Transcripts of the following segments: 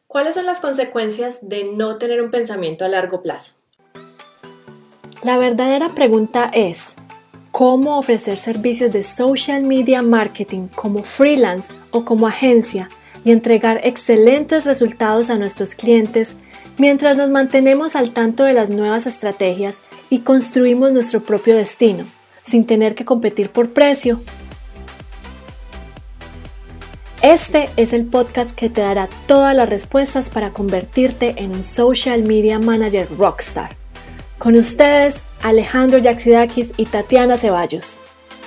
¿Cuáles son las consecuencias de no tener un pensamiento a largo plazo? La verdadera pregunta es, ¿cómo ofrecer servicios de social media marketing como freelance o como agencia y entregar excelentes resultados a nuestros clientes mientras nos mantenemos al tanto de las nuevas estrategias y construimos nuestro propio destino, sin tener que competir por precio? Este es el podcast que te dará todas las respuestas para convertirte en un social media manager rockstar. Con ustedes, Alejandro Yaxidakis y Tatiana Ceballos.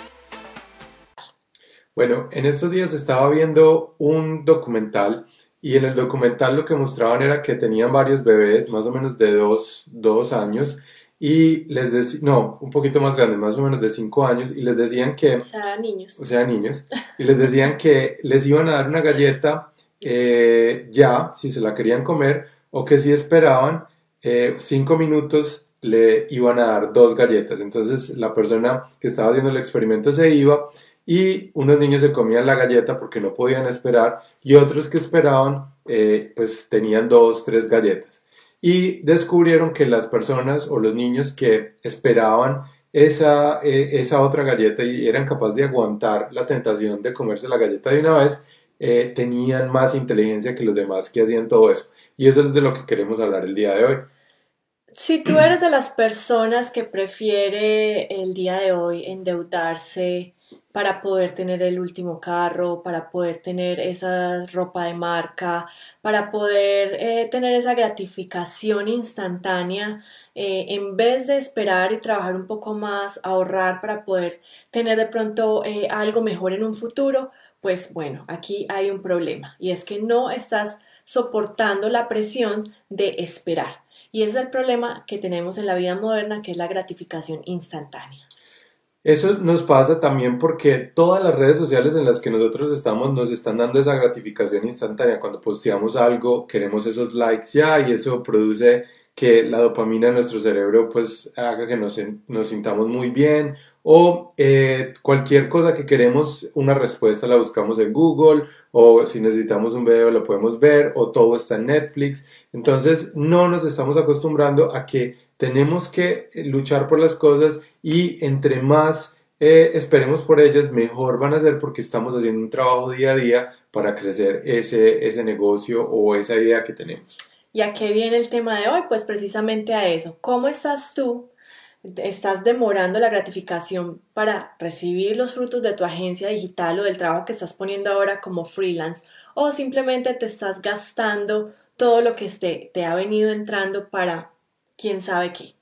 Bueno, en estos días estaba viendo un documental y en el documental lo que mostraban era que tenían varios bebés, más o menos de dos años, y les decían, no, un poquito más grandes, más o menos de 5 años, y les decían que... niños, y les decían que les iban a dar una galleta ya, si se la querían comer, o que si esperaban 5 minutos le iban a dar 2 galletas. Entonces la persona que estaba haciendo el experimento se iba y unos niños se comían la galleta porque no podían esperar y otros que esperaban pues tenían 2, 3 galletas. Y descubrieron que las personas o los niños que esperaban esa otra galleta y eran capaces de aguantar la tentación de comerse la galleta de una vez, tenían más inteligencia que los demás que hacían todo eso. Y eso es de lo que queremos hablar el día de hoy. Si tú eres de las personas que prefiere el día de hoy endeudarse para poder tener el último carro, para poder tener esa ropa de marca, para poder tener esa gratificación instantánea, en vez de esperar y trabajar un poco más, ahorrar para poder tener de pronto algo mejor en un futuro, pues bueno, aquí hay un problema y es que no estás soportando la presión de esperar. Y ese es el problema que tenemos en la vida moderna, que es la gratificación instantánea. Eso nos pasa también porque todas las redes sociales en las que nosotros estamos nos están dando esa gratificación instantánea. Cuando posteamos algo, queremos esos likes ya y eso produce que la dopamina en nuestro cerebro pues haga que nos sintamos muy bien o cualquier cosa que queremos una respuesta la buscamos en Google o si necesitamos un video lo podemos ver o todo está en Netflix. Entonces no nos estamos acostumbrando a que tenemos que luchar por las cosas y entre más esperemos por ellas, mejor van a ser porque estamos haciendo un trabajo día a día para crecer ese negocio o esa idea que tenemos. ¿Y a qué viene el tema de hoy? Pues precisamente a eso. ¿Cómo estás tú? ¿Estás demorando la gratificación para recibir los frutos de tu agencia digital o del trabajo que estás poniendo ahora como freelance? ¿O simplemente te estás gastando todo lo que te ha venido entrando para quién sabe qué?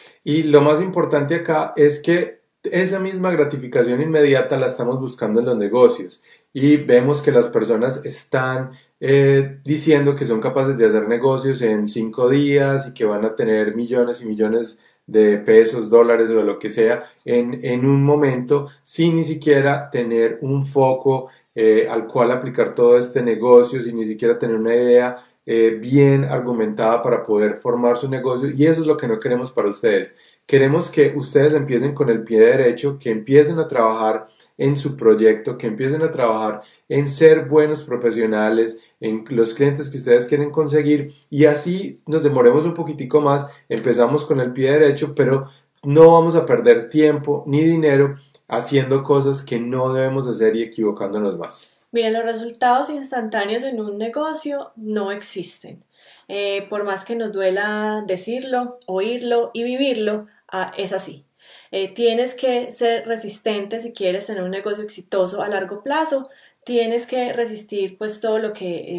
Y lo más importante acá es que esa misma gratificación inmediata la estamos buscando en los negocios y vemos que las personas están diciendo que son capaces de hacer negocios en 5 días y que van a tener millones y millones de pesos, dólares o de lo que sea en un momento sin ni siquiera tener un foco al cual aplicar todo este negocio, sin ni siquiera tener una idea bien argumentada para poder formar su negocio y eso es lo que no queremos para ustedes. Queremos que ustedes empiecen con el pie derecho, que empiecen a trabajar en su proyecto, que empiecen a trabajar en ser buenos profesionales, en los clientes que ustedes quieren conseguir y así nos demoremos un poquitico más, empezamos con el pie derecho, pero no vamos a perder tiempo ni dinero haciendo cosas que no debemos hacer y equivocándonos más. Miren, los resultados instantáneos en un negocio no existen. Por más que nos duela decirlo, oírlo y vivirlo, es así. Tienes que ser resistente si quieres tener un negocio exitoso a largo plazo. Tienes que resistir pues todo lo que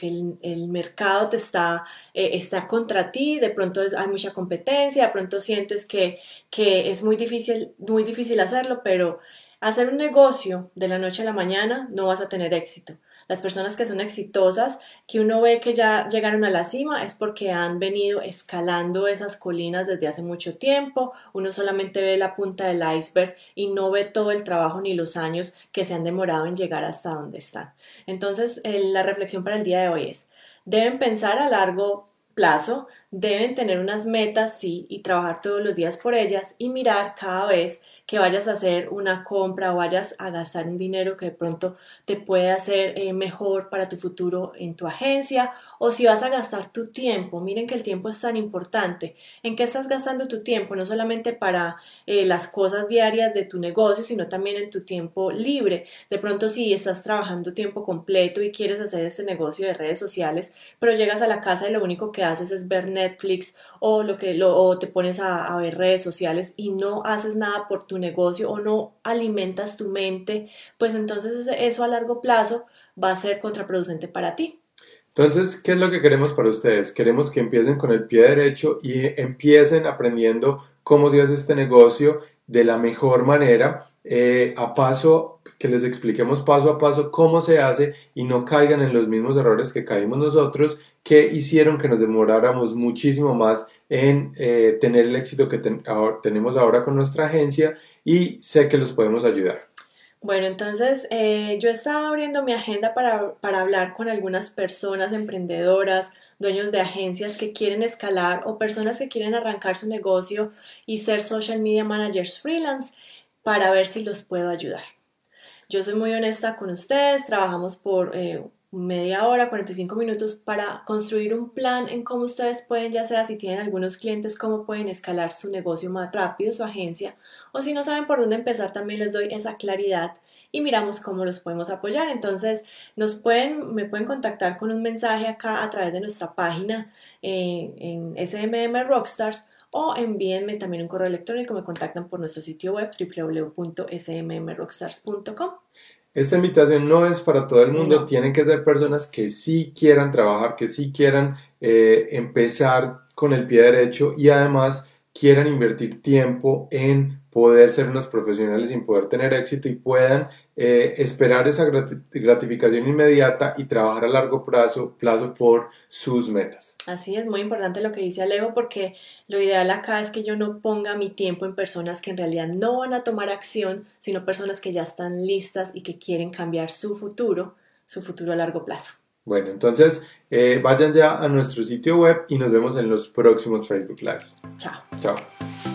el mercado te está contra ti. De pronto hay mucha competencia, de pronto sientes que es muy difícil hacerlo, pero hacer un negocio de la noche a la mañana no vas a tener éxito. Las personas que son exitosas, que uno ve que ya llegaron a la cima, es porque han venido escalando esas colinas desde hace mucho tiempo. Uno solamente ve la punta del iceberg y no ve todo el trabajo ni los años que se han demorado en llegar hasta donde están. Entonces, la reflexión para el día de hoy es, deben pensar a largo plazo, deben tener unas metas, sí, y trabajar todos los días por ellas y mirar cada vez que vayas a hacer una compra o vayas a gastar un dinero que de pronto te puede hacer mejor para tu futuro en tu agencia, o si vas a gastar tu tiempo. Miren que el tiempo es tan importante. ¿En qué estás gastando tu tiempo? No solamente para las cosas diarias de tu negocio, sino también en tu tiempo libre. De pronto si estás trabajando tiempo completo y quieres hacer este negocio de redes sociales, pero llegas a la casa y lo único que haces es ver Netflix o te pones a ver redes sociales y no haces nada por tu negocio o no alimentas tu mente, pues entonces eso a largo plazo va a ser contraproducente para ti. Entonces, ¿qué es lo que queremos para ustedes? Queremos que empiecen con el pie derecho y empiecen aprendiendo cómo se hace este negocio de la mejor manera, que les expliquemos paso a paso cómo se hace y no caigan en los mismos errores que caímos nosotros, que hicieron que nos demoráramos muchísimo más en tener el éxito que tenemos ahora con nuestra agencia, y sé que los podemos ayudar. Bueno, entonces yo estaba abriendo mi agenda para hablar con algunas personas emprendedoras, dueños de agencias que quieren escalar o personas que quieren arrancar su negocio y ser social media managers freelance, para ver si los puedo ayudar. Yo soy muy honesta con ustedes, trabajamos por media hora, 45 minutos para construir un plan en cómo ustedes pueden, ya sea si tienen algunos clientes, cómo pueden escalar su negocio más rápido, su agencia, o si no saben por dónde empezar, también les doy esa claridad y miramos cómo los podemos apoyar. Entonces me pueden contactar con un mensaje acá a través de nuestra página en SMM Rockstars, o envíenme también un correo electrónico, me contactan por nuestro sitio web www.smmrockstars.com. Esta invitación no es para todo el mundo, No. Tienen que ser personas que sí quieran trabajar, que sí quieran empezar con el pie derecho y además quieran invertir tiempo en poder ser unos profesionales y poder tener éxito, y puedan esperar esa gratificación inmediata y trabajar a largo plazo por sus metas. Así es, muy importante lo que dice Alejo, porque lo ideal acá es que yo no ponga mi tiempo en personas que en realidad no van a tomar acción, sino personas que ya están listas y que quieren cambiar su futuro a largo plazo. Bueno, entonces vayan ya a nuestro sitio web y nos vemos en los próximos Facebook Live. Chao. Chao.